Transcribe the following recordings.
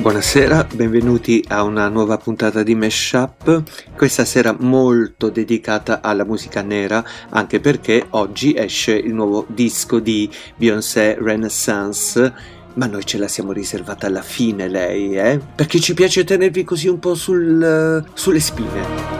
Buonasera, benvenuti a una nuova puntata di Mashup, questa sera molto dedicata alla musica nera, anche perché oggi esce il nuovo disco di Beyoncé, Renaissance, ma noi ce la siamo riservata alla fine lei, perché ci piace tenervi così un po' sulle spine.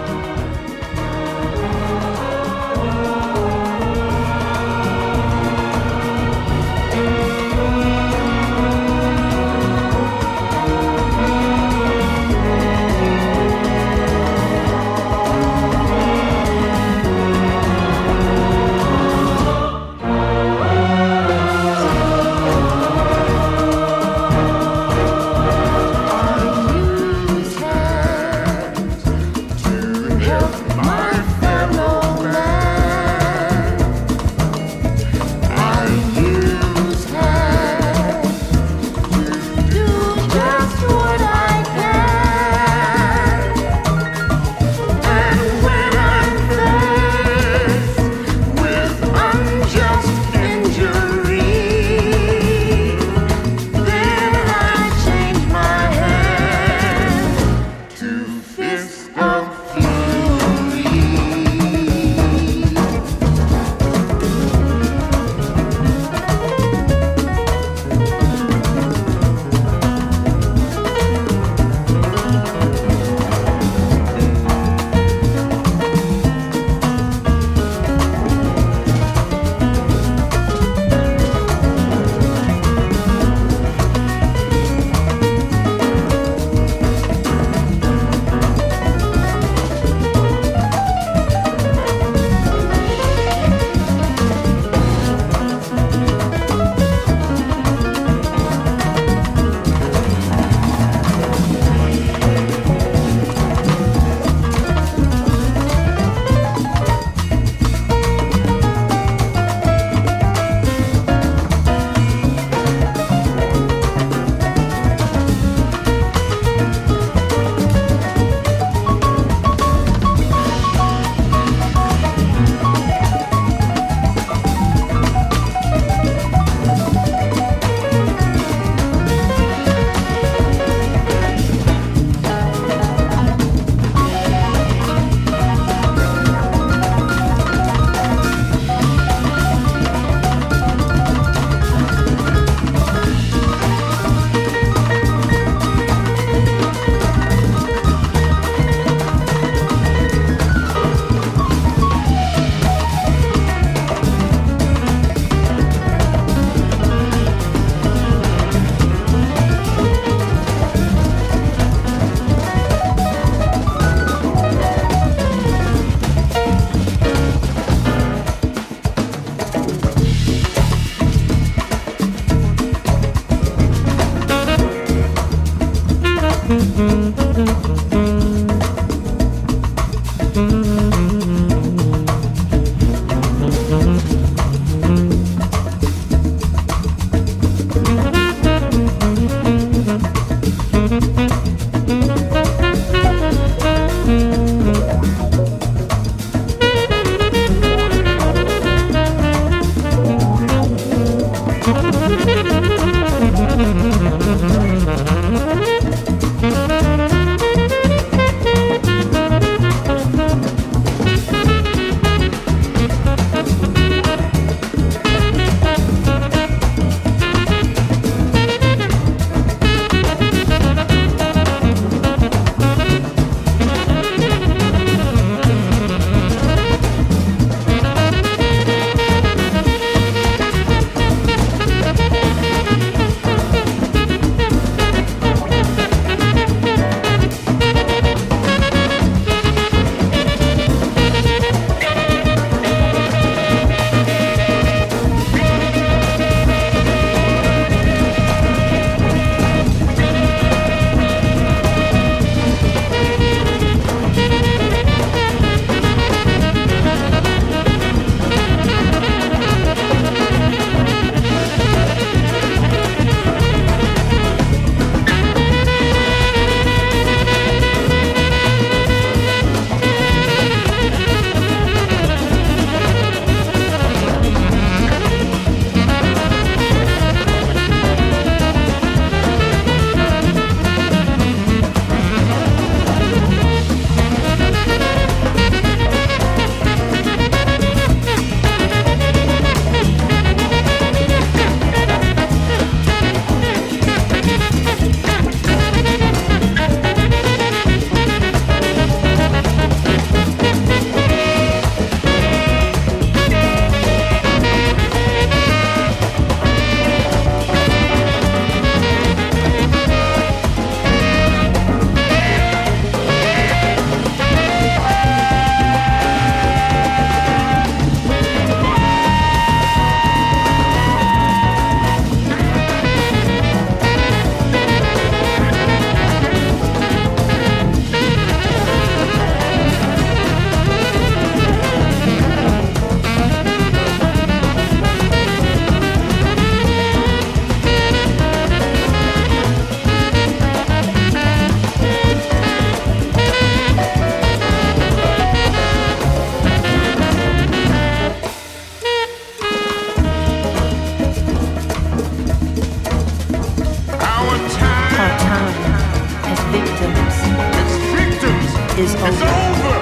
is over.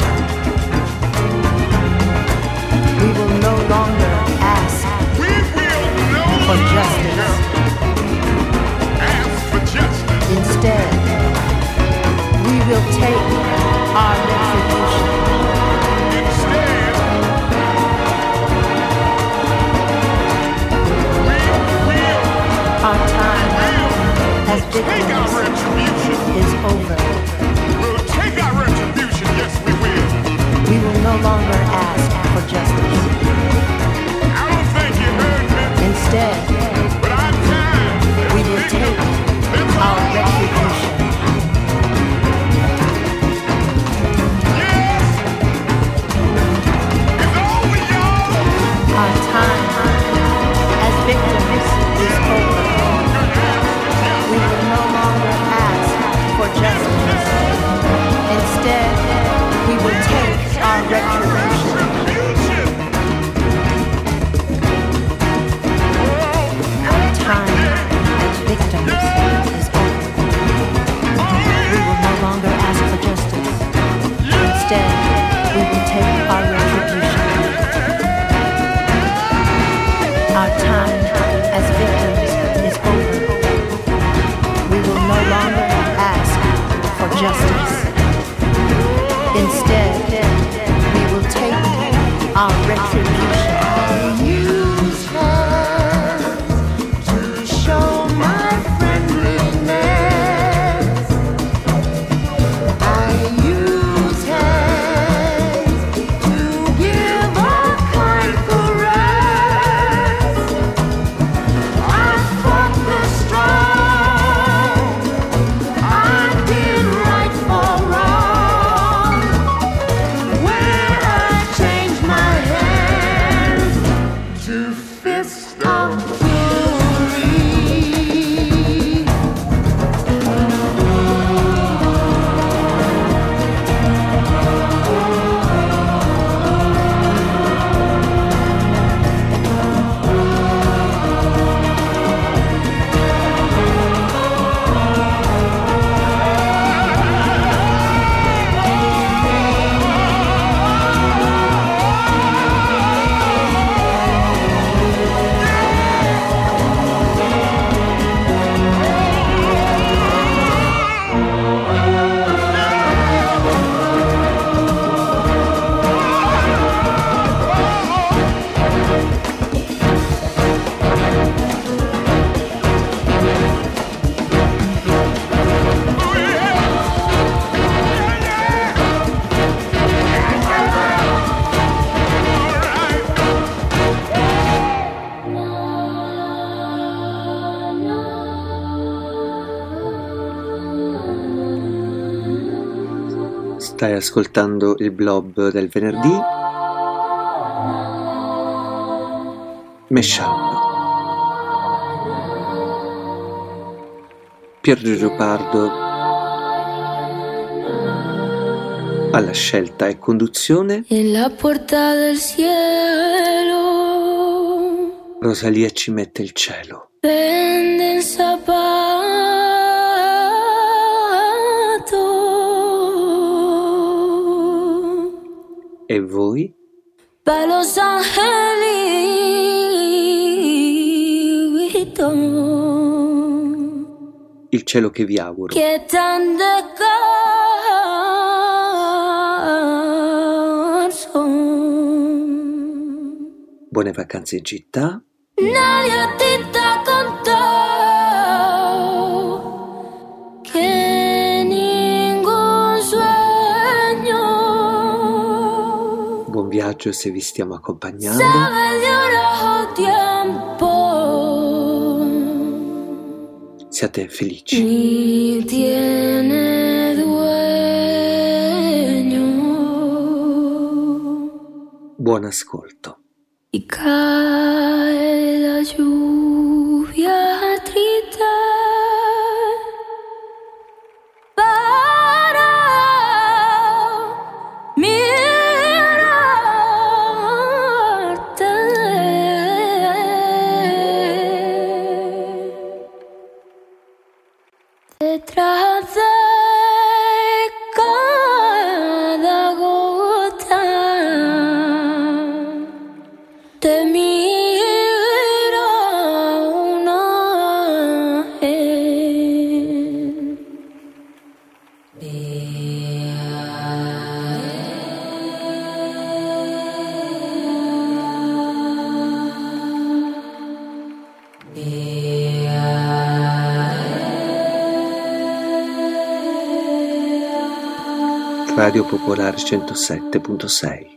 We will no longer ask for justice. Instead, we will take our retribution. Our time as victims is over. We'll take our retribution, yes we will. We will no longer ask for justice. I don't think you heard me. Instead, But our time we will take our retribution. Yes! It's over, y'all! Our time as victims is over. We will no longer ask for justice. Instead, we will take our retribution. Our time as victims is over. We will no longer ask for justice. Instead, we will take our retribution. Our time as victims is over. We will no longer ask for justice. Instead, we will take our retribution. Use hands to show my friendliness. I use hands to give a kind caress. I fought the strong. I did right for wrong. When I changed my hands to fists of fury. Stai ascoltando il Blob del venerdì. Mashup. Pier Giorgio Pardo alla scelta e conduzione. En la puerta del cielo Rosalia ci mette il cielo. venden zapatos E voi? pa' los angelitos Il cielo che vi auguro. que están descalzos. Buone vacanze in città. Nadie a ti te contó que ningún sueño Buon viaggio se vi stiamo accompagnando. sabe de un tiempo Siate felici. ni tiene dueño. Buon ascolto. Y cae la lluvia triste para mirarte. Detrás de cada Radio Popolare 107.6.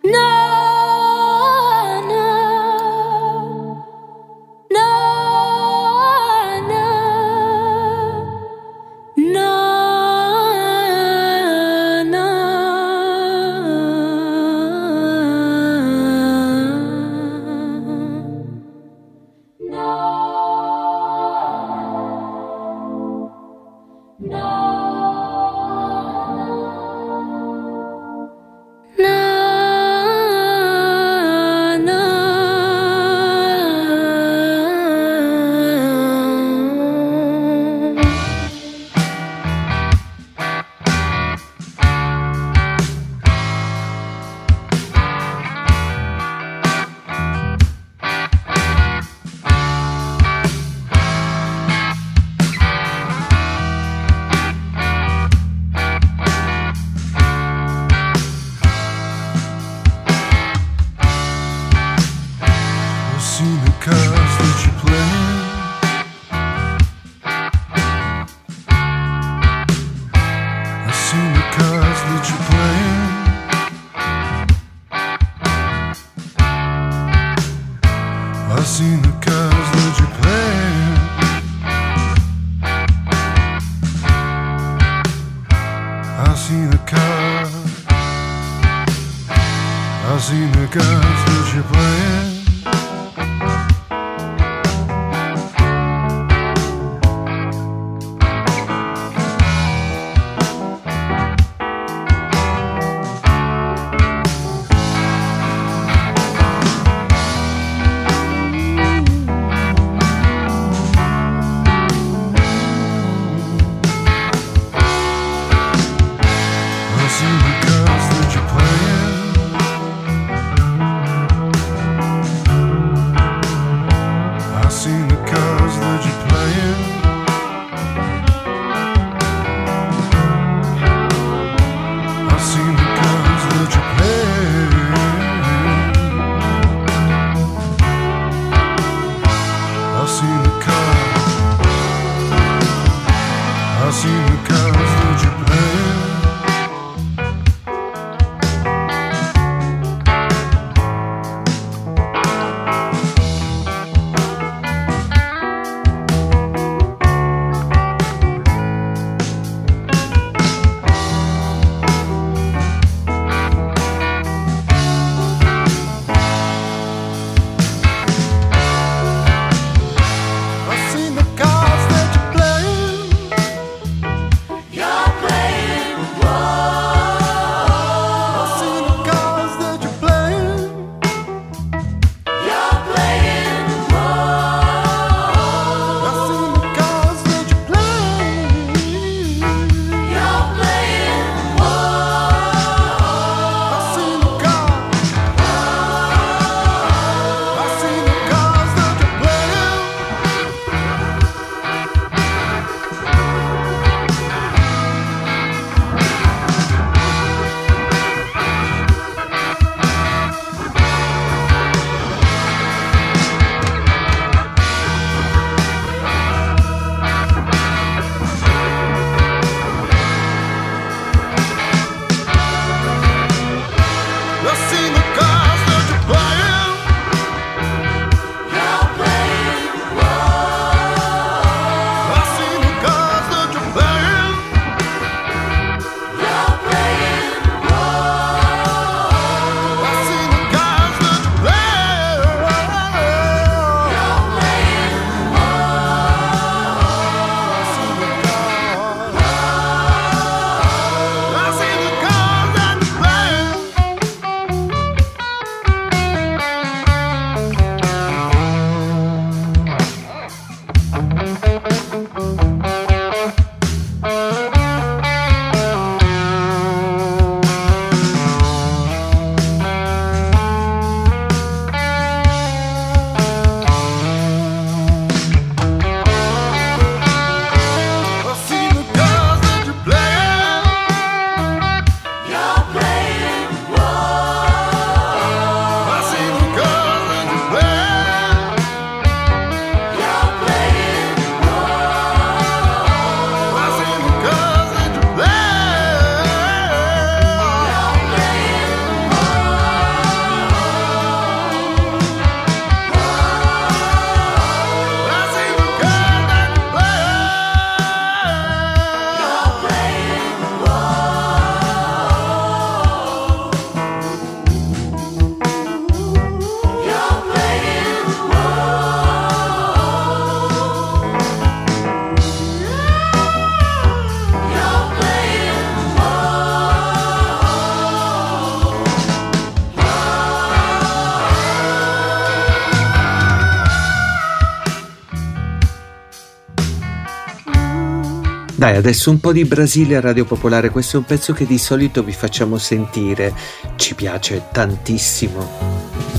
Dai, adesso un po' di Brasile a Radio Popolare. Questo è un pezzo che di solito vi facciamo sentire, ci piace tantissimo.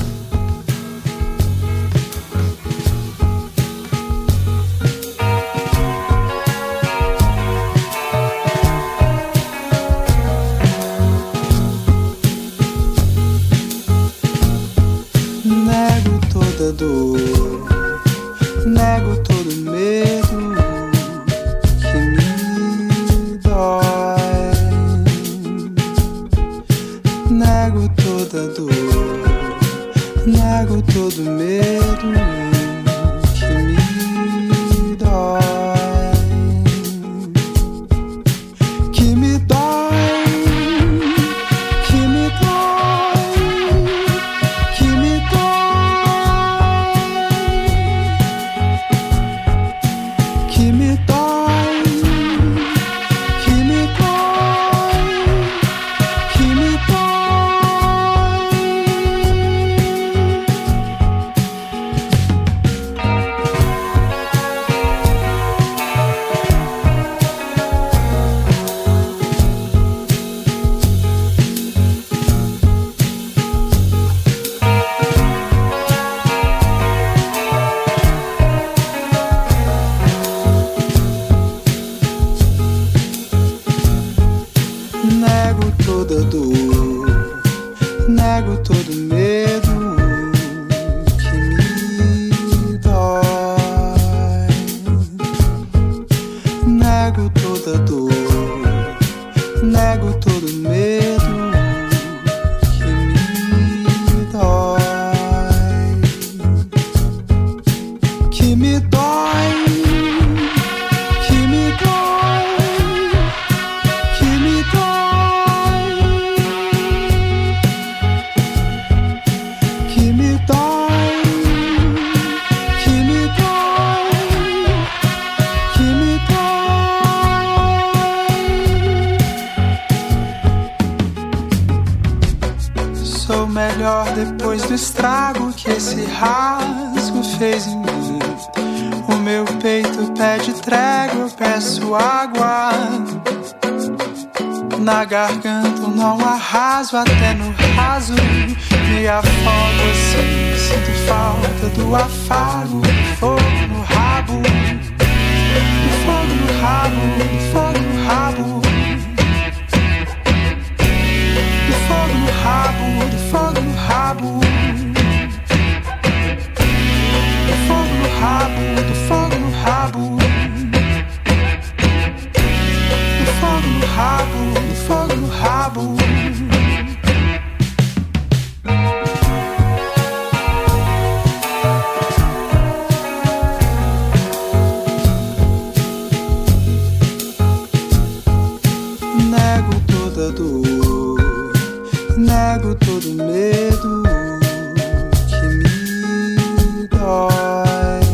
Nego toda dor, nego todo medo que me dói. Nego toda dor, nego todo medo que me dói. Que me dói, que me dói, que me dói, que me dói, que me dói, que me dói. Nego toda dor, nego todo medo que me dói. Nego toda dor, nego todo medo que me dói. Que me dói, que me dói, que me dói, que me dói, que me dói, que me dói. Sou melhor depois do estrago que esse rasgo fez em mim. O meu peito pede trégua, eu peço água. Na garganta um nó arraso, até no raso me afogo assim. Sinto falta do afago, do fogo no rabo, do fogo no rabo, do fogo no rabo, do fogo no rabo, do fogo no rabo, do fogo no rabo, do fogo no rabo, do fogo no rabo, do fogo no rabo. Nego toda dor, nego todo medo que me dói.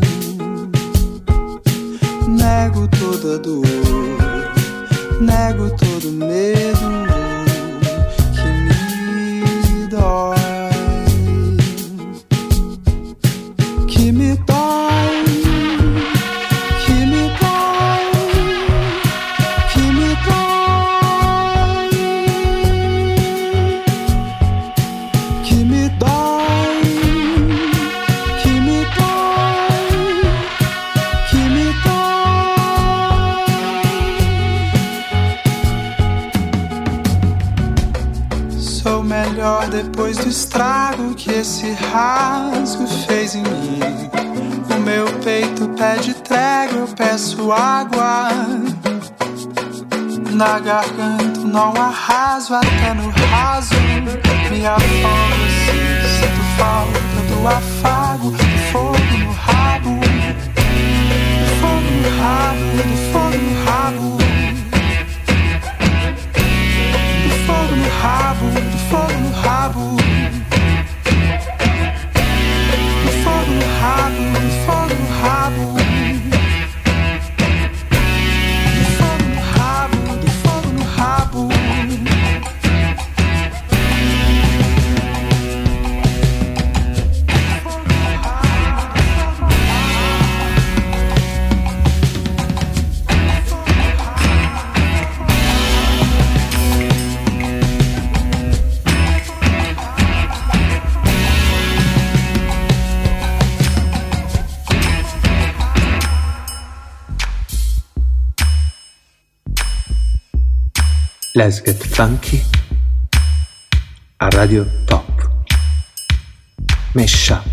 Nego toda dor, nego todo medo que me dói. Que me dói, que me dói, que me dói, que me dói, que me dói, que me dói. Sou melhor depois do estrago que esse rasgo fez em mim. O meu peito pede trégua, eu peço água. Na garganta um nó arraso, até no raso me afogo assim. Sinto falta do afago, do fogo no rabo, do fogo no rabo, do fogo no rabo, do fogo no rabo, do fogo no rabo, do fogo no rabo, do fogo no rabo, do fogo no rabo, do fogo no rabo. Let's Get Funky a Radio Pop. Mashup.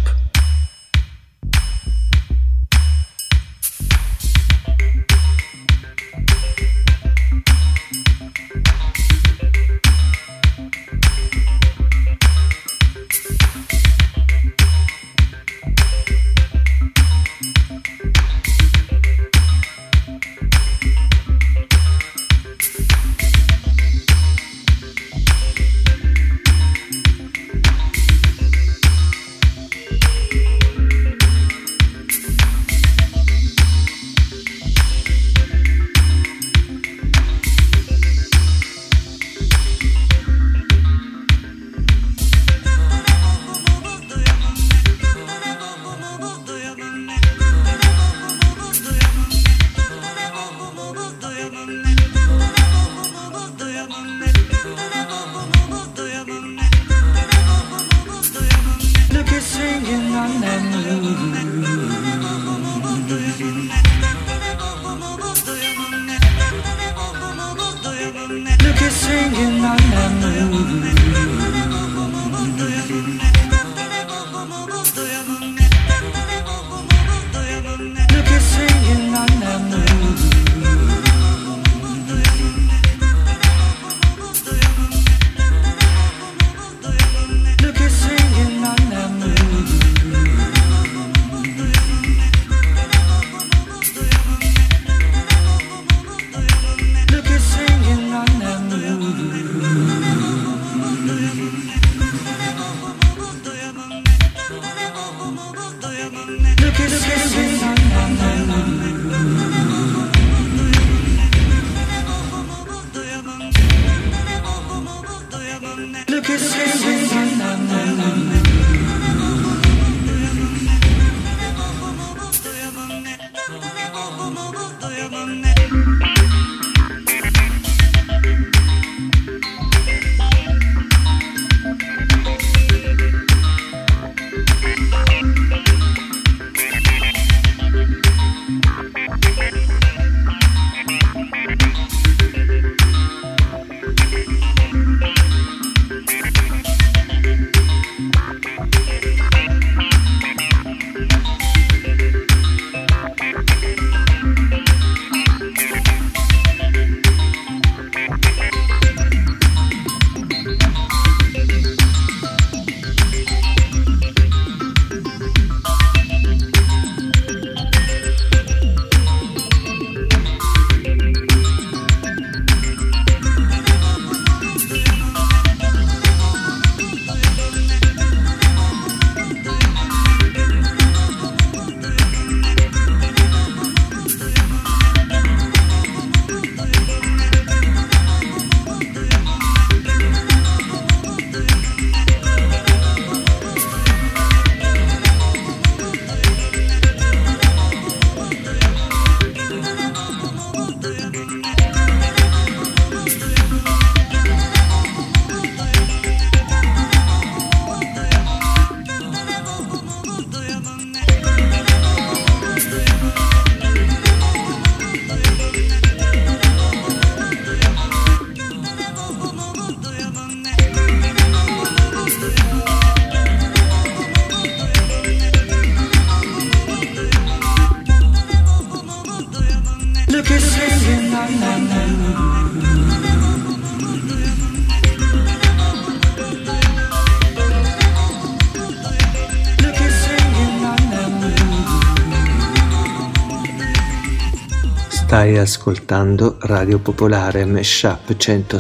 Stai ascoltando Radio Popolare Mashup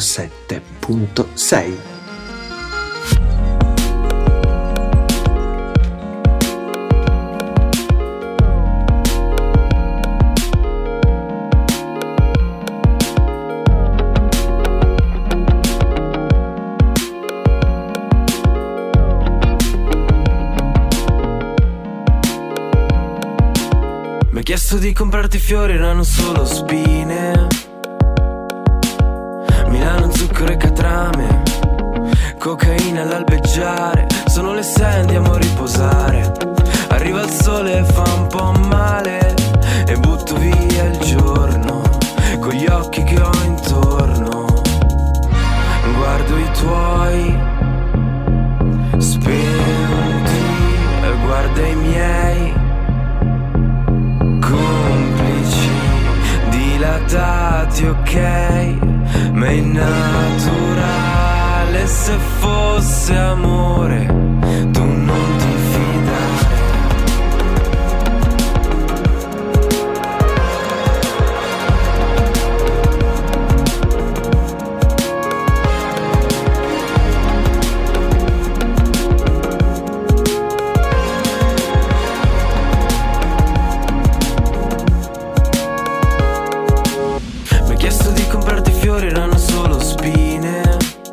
107.6. Mi ha chiesto di comprarti fiori, erano solo spine. Milano, zucchero e catrame, cocaina all'albeggiare. Sono le 6, andiamo a riposare. Arriva il sole e fa un po' male, e butto via il giorno con gli occhi che ho intorno. tuoi spenti e guarda i miei complici dilatati, ok, ma è naturale se fosse amore, tu non ti fidare. Erano solo spine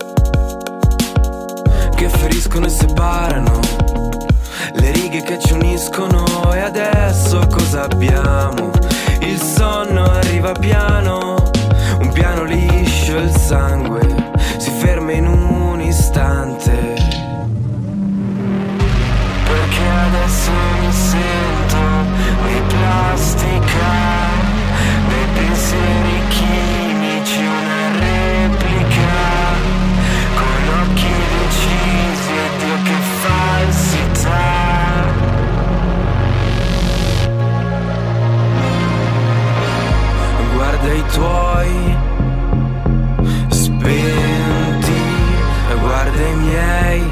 che feriscono e separano, le righe che ci uniscono. E adesso cosa abbiamo? Il sonno arriva piano, un piano liscio, il sangue si ferma in un istante. Perché adesso mi sento di plastica, dei pensieri chimici, una replica, con occhi decisi e Dio che falsità. Guarda i tuoi spenti, guarda i miei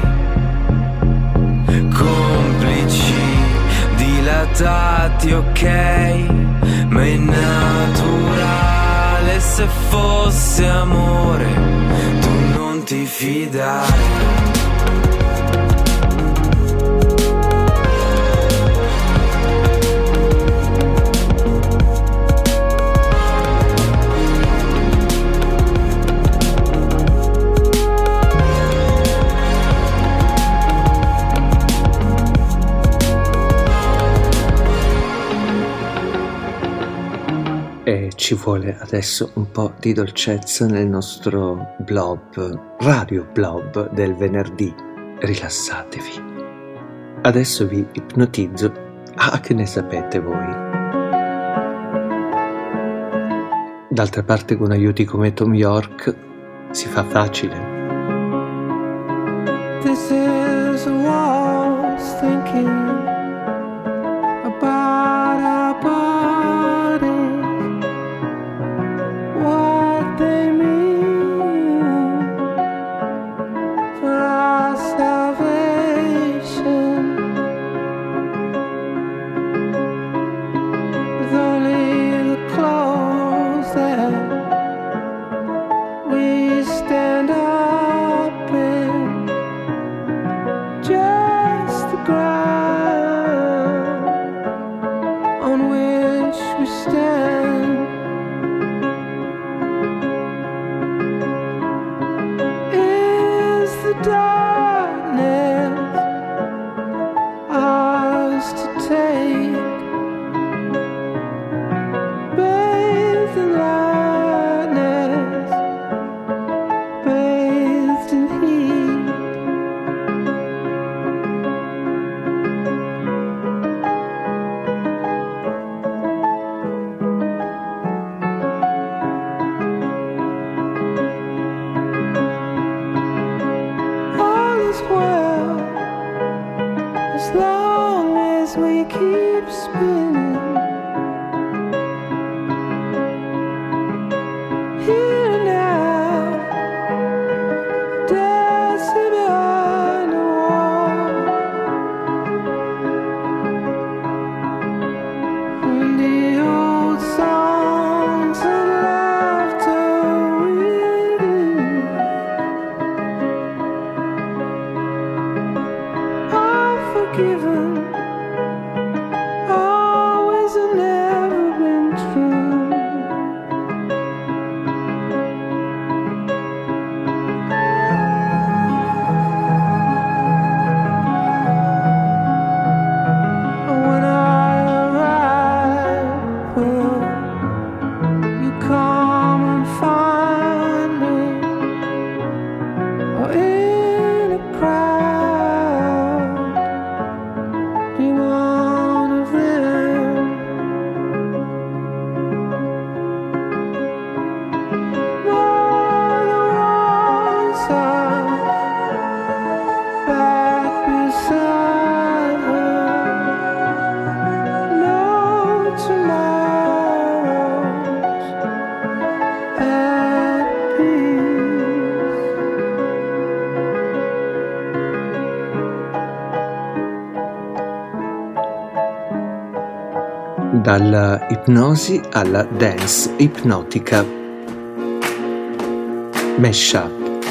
complici dilatati, ok, ma è naturale se fosse amore, tu non ti fidare. E ci vuole adesso un po' di dolcezza nel nostro blob, radio blob del venerdì. Rilassatevi. Adesso vi ipnotizzo. Ah, che ne sapete voi? D'altra parte con aiuti come Tom York si fa facile. This is a waltz thinking about our bodies, what they mean for our salvation. With only the clothes that we stand up in, just the ground on which we stand. Is the darkness ours to take? Bathed in lightness, bathed in heat. All is well as long as we keep spinning. Here now, dancing behind the wall, and the old songs and laughter within are forgiven. Always and never been true. When I arrive, will you come and find me? Or in a crowd, be one of them? We're the ones I dalla ipnosi alla dance ipnotica. Mashup.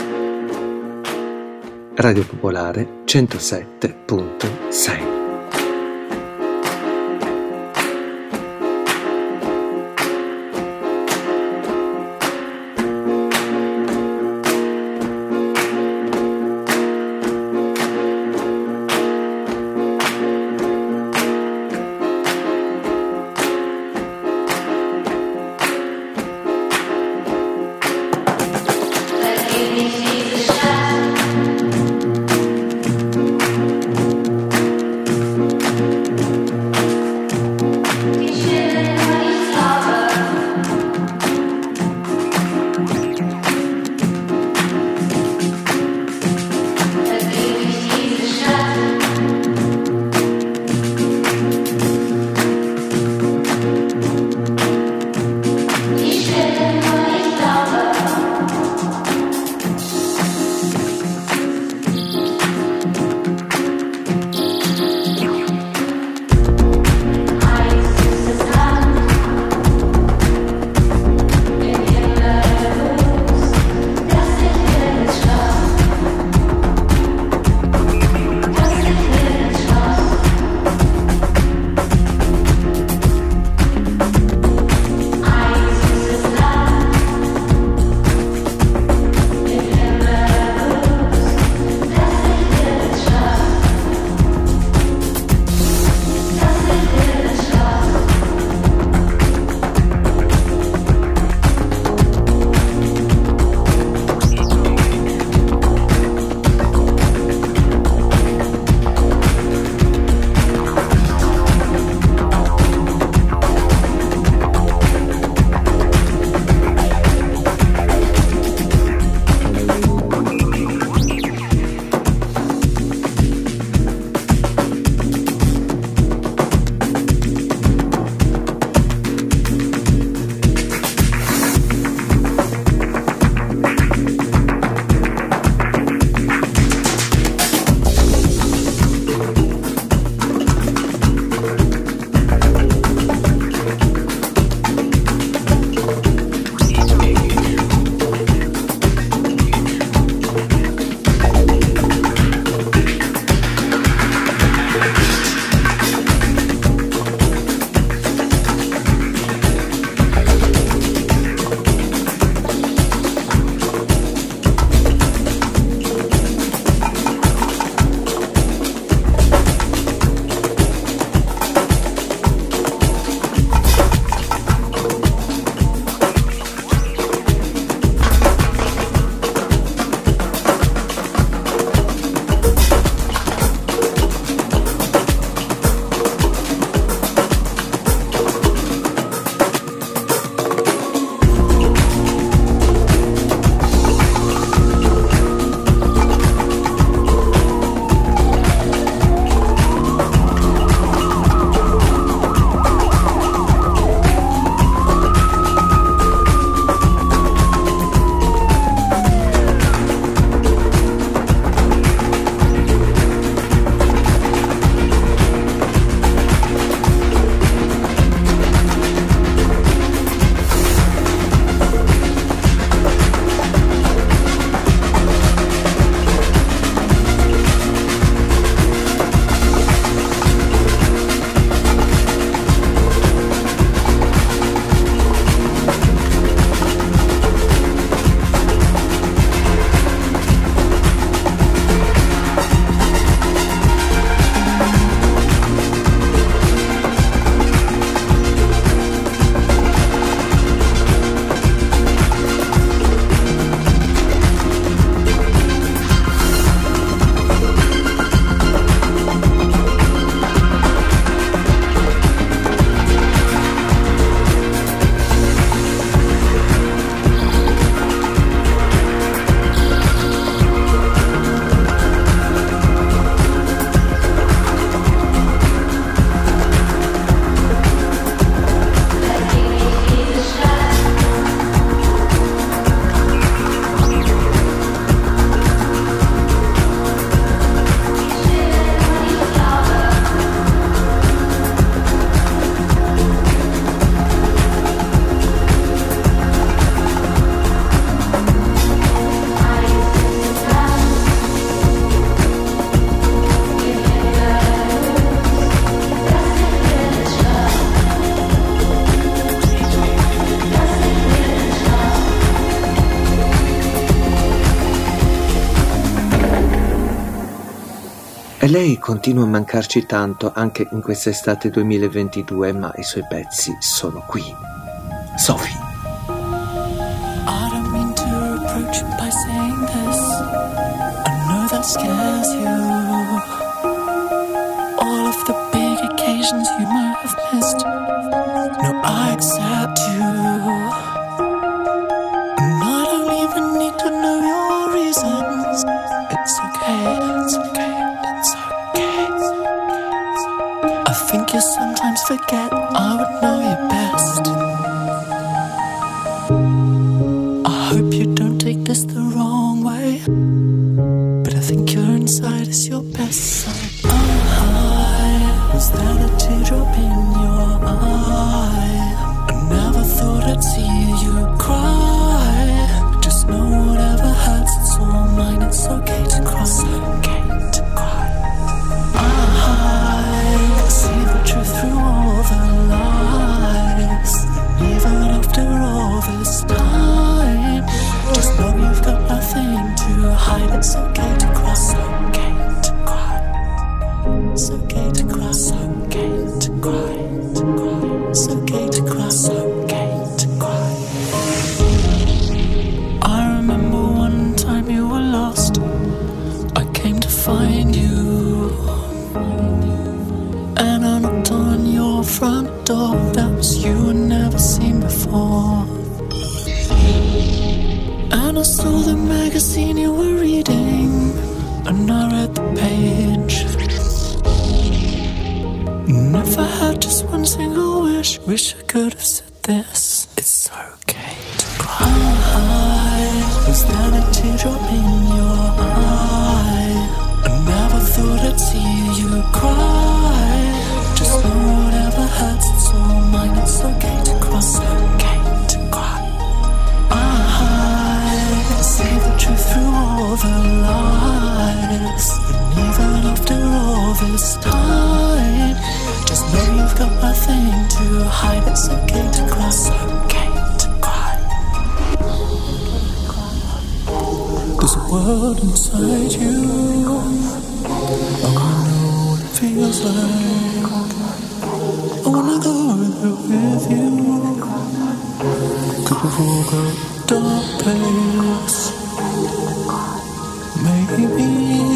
Radio Popolare 107.6. E lei continua a mancarci tanto anche in quest'estate 2022, ma i suoi pezzi sono qui. Sophie. I don't mean to reproach you by saying this. I know that scares you. All of the big occasions you might have missed. No, I accept you. And I don't even need to know your reasons. It's okay, it's okay, it's okay. I think you sometimes forget I would know you best. I hope you don't take this the wrong way, but I think your inside is your best side. Was that a teardrop in your eye? I never thought I'd see you cry. Just know whatever hurts, it's all mine. It's okay to cry. It's okay to cry. I see the truth through all the lies. Even after all this time, just know you've got nothing to hide. It's okay to cry. It's okay to cry. It's okay to cry. It's okay to cry. It's okay to cry. It's okay to cry. I remember one time you were lost. I came to find you, and I knocked on your front door. That was you I'd never seen before. And I saw the magazine you were reading, and I read the page. And if I had just one single wish I could have said this. It's okay to cry. Was that a teardrop in your eye? I never thought I'd see you cry. Just know whatever hurts, it's all mine. It's okay to cry. It's okay to cry. I see the truth through all the lies. And even after all this time, just know you've got nothing to hide. It's okay to cry. It's okay to cry. There's a world inside you. I wanna know what it feels like. I wanna go there with you. Could we walk a dark place? Maybe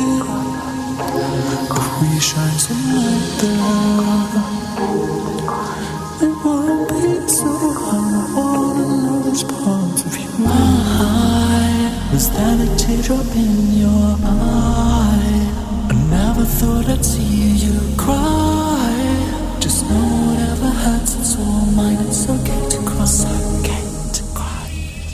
if we shine some light there, it won't be so hard. I wanna know which parts of you are. Was that a teardrop in your eye? I never thought I'd see you cry. Just know whatever hurts, it's all mine. It's okay to cry. It's okay to cry.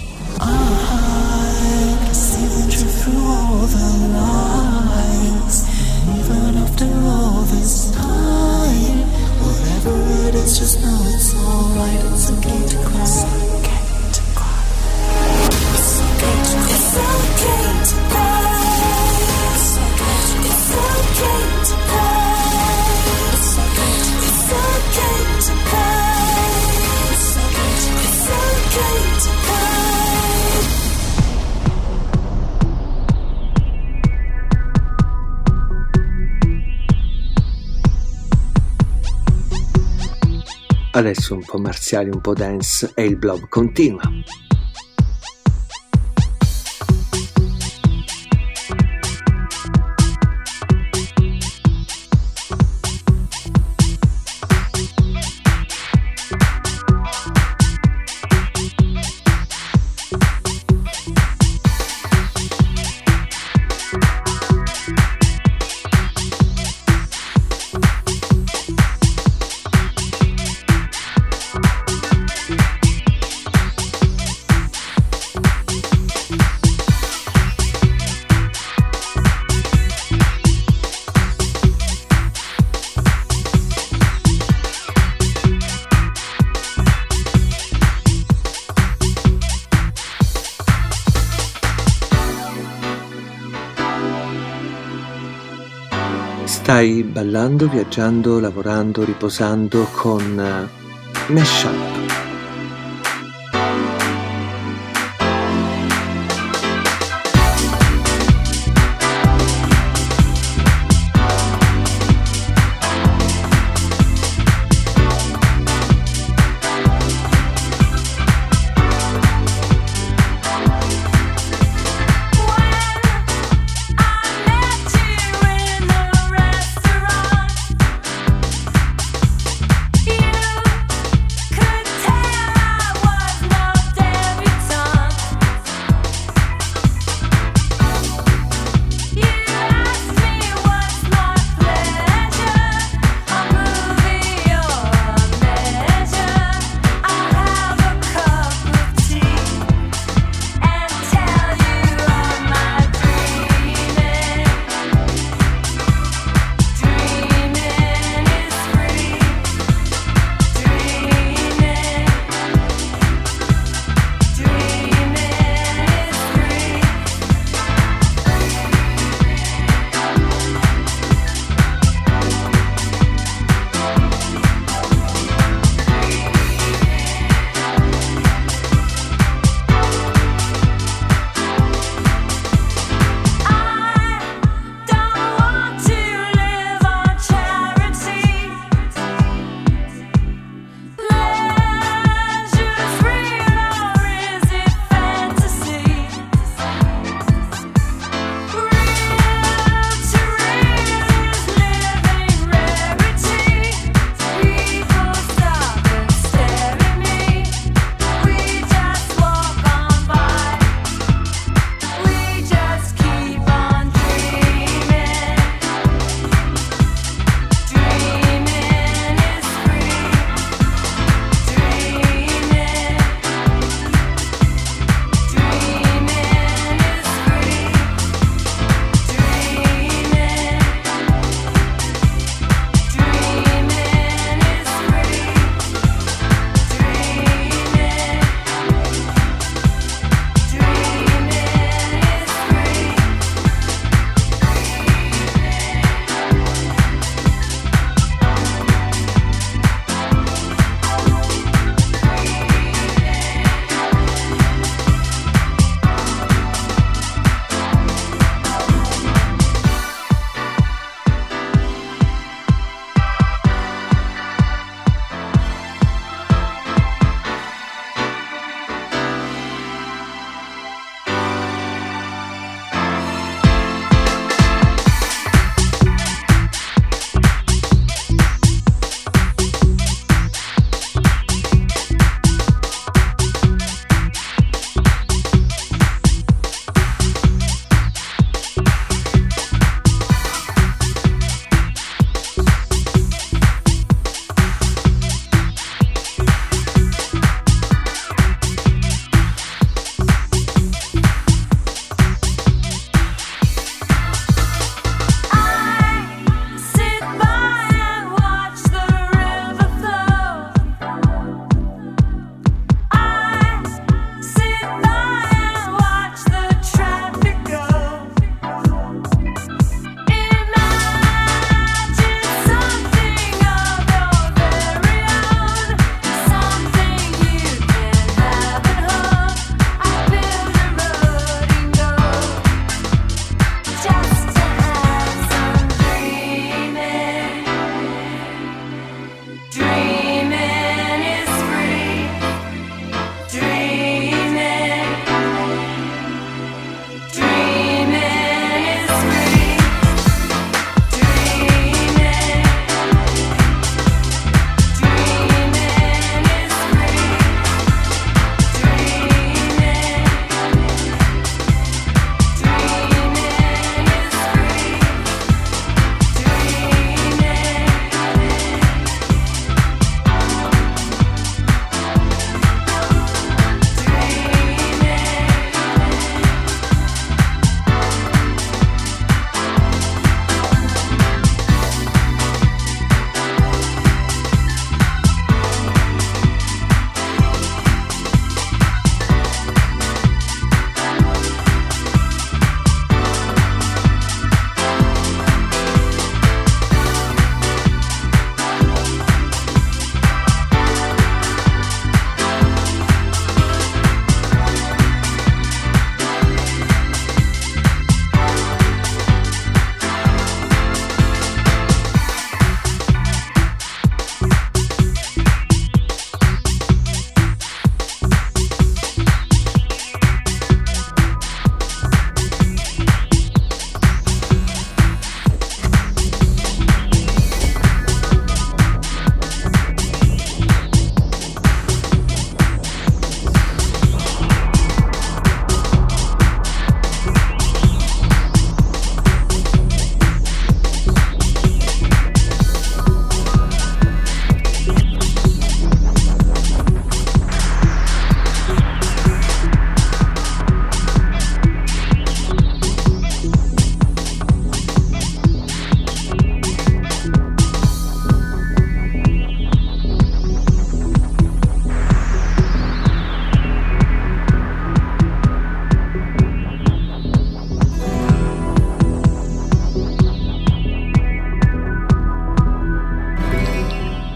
I see the truth through all the lies. And even after all this time, whatever it is, just know it's alright. It's okay to cry. It's okay to cry. It's okay to cry. It's okay to cry. It's okay to cry. It's okay to cry. It's okay to cry. Adesso un po' marziali, un po' dance e il blob continua. Stai ballando, viaggiando, lavorando, riposando con Mashup.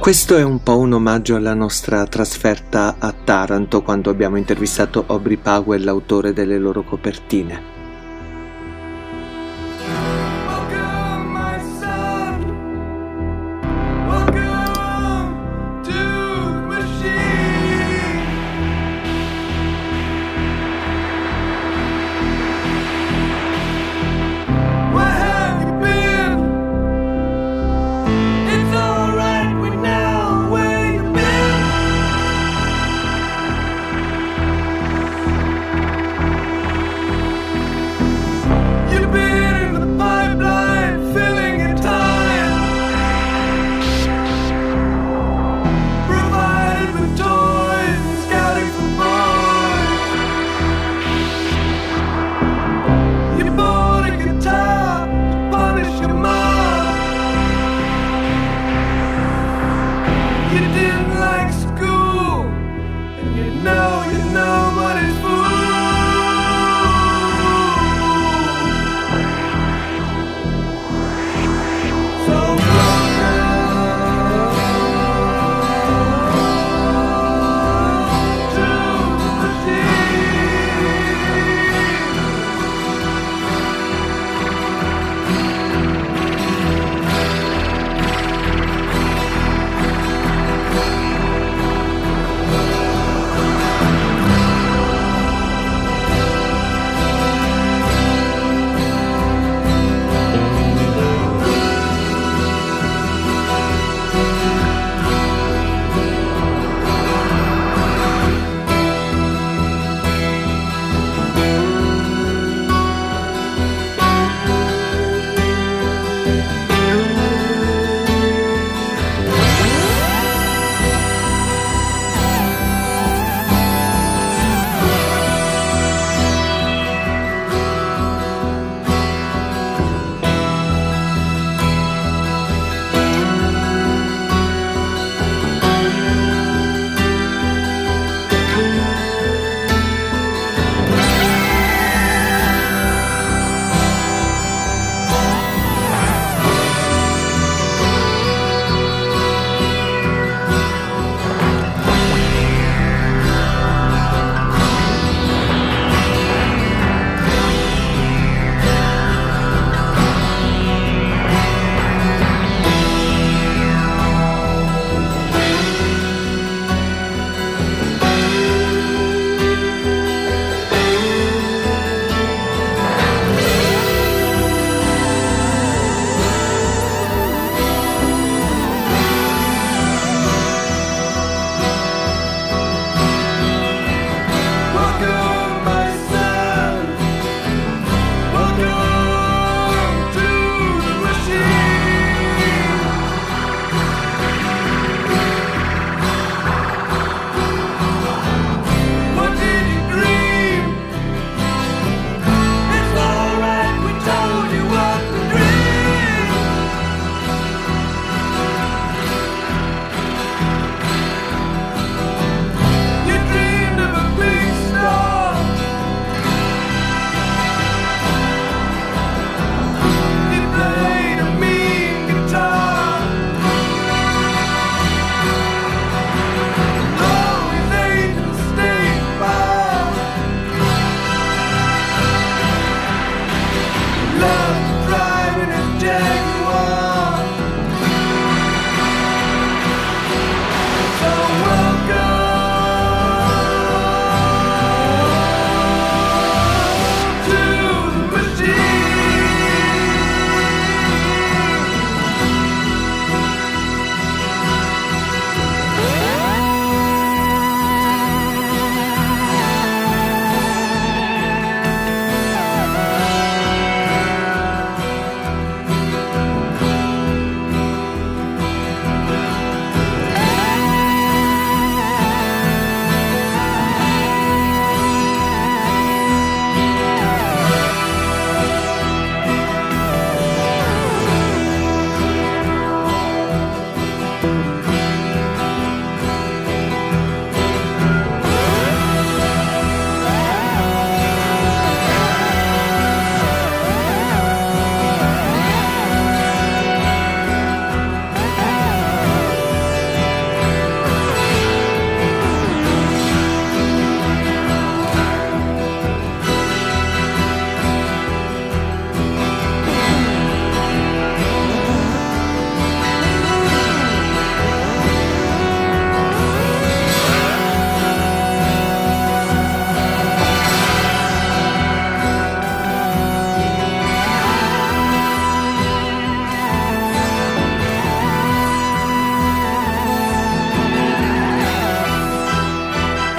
Questo è un po' un omaggio alla nostra trasferta a Taranto, quando abbiamo intervistato Aubrey Powell, l'autore delle loro copertine.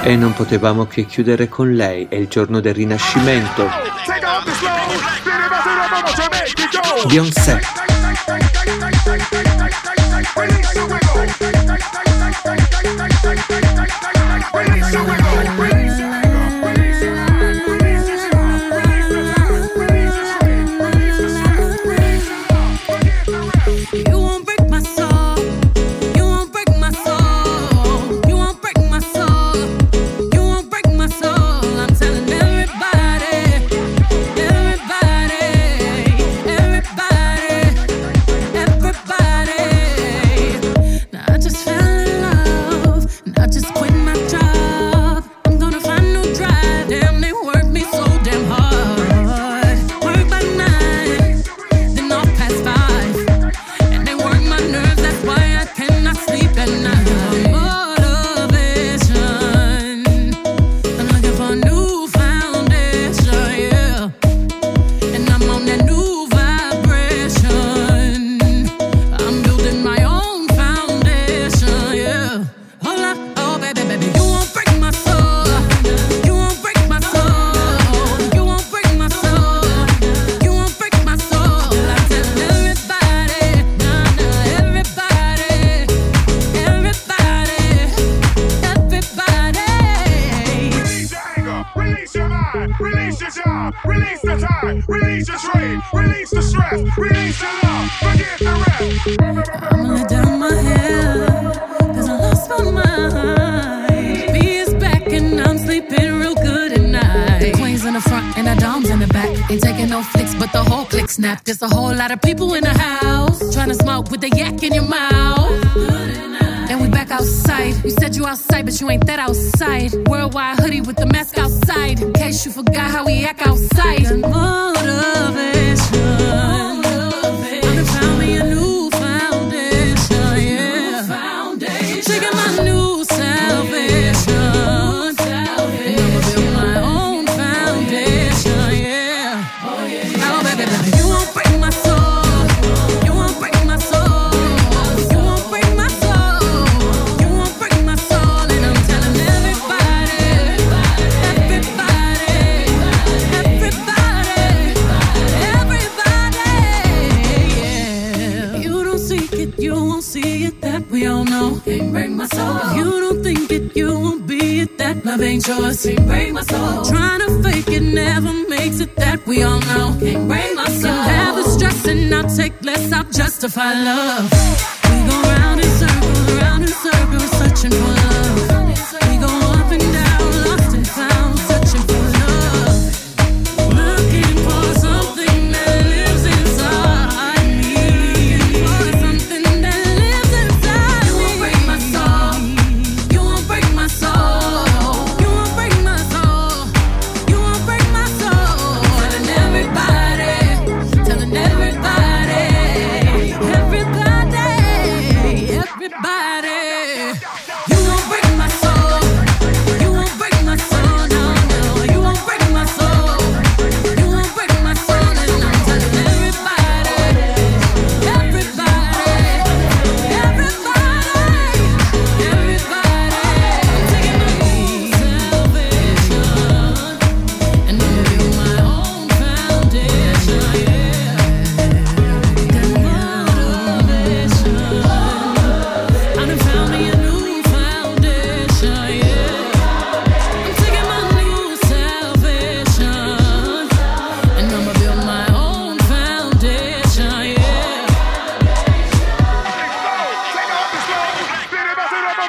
E non potevamo che chiudere con lei, è il giorno del rinascimento. Beyoncé. There's a whole lot of people in the house trying to smoke with the yak in your mouth. And we back outside. You said you outside, but you ain't that outside. Worldwide hoodie with the mask outside. In case you forgot how we act outside. Motivation. I'm found me a new foundation, yeah. Taking my new salvation. And I'ma build my own foundation, yeah. Oh, baby, baby, you won't break my soul. You won't break my soul. You won't break my soul. You won't break my soul. And I'm telling everybody, yeah. You don't seek it, you won't see it, that we all know. Can't break my soul. You don't think it, you won't be it, that love ain't yours. Can't break my soul. Trying to fake it never makes it, that we all know. Can't break my soul. Can have the stress and I'll take less, I'll justify love. We go round in circles, searching for love.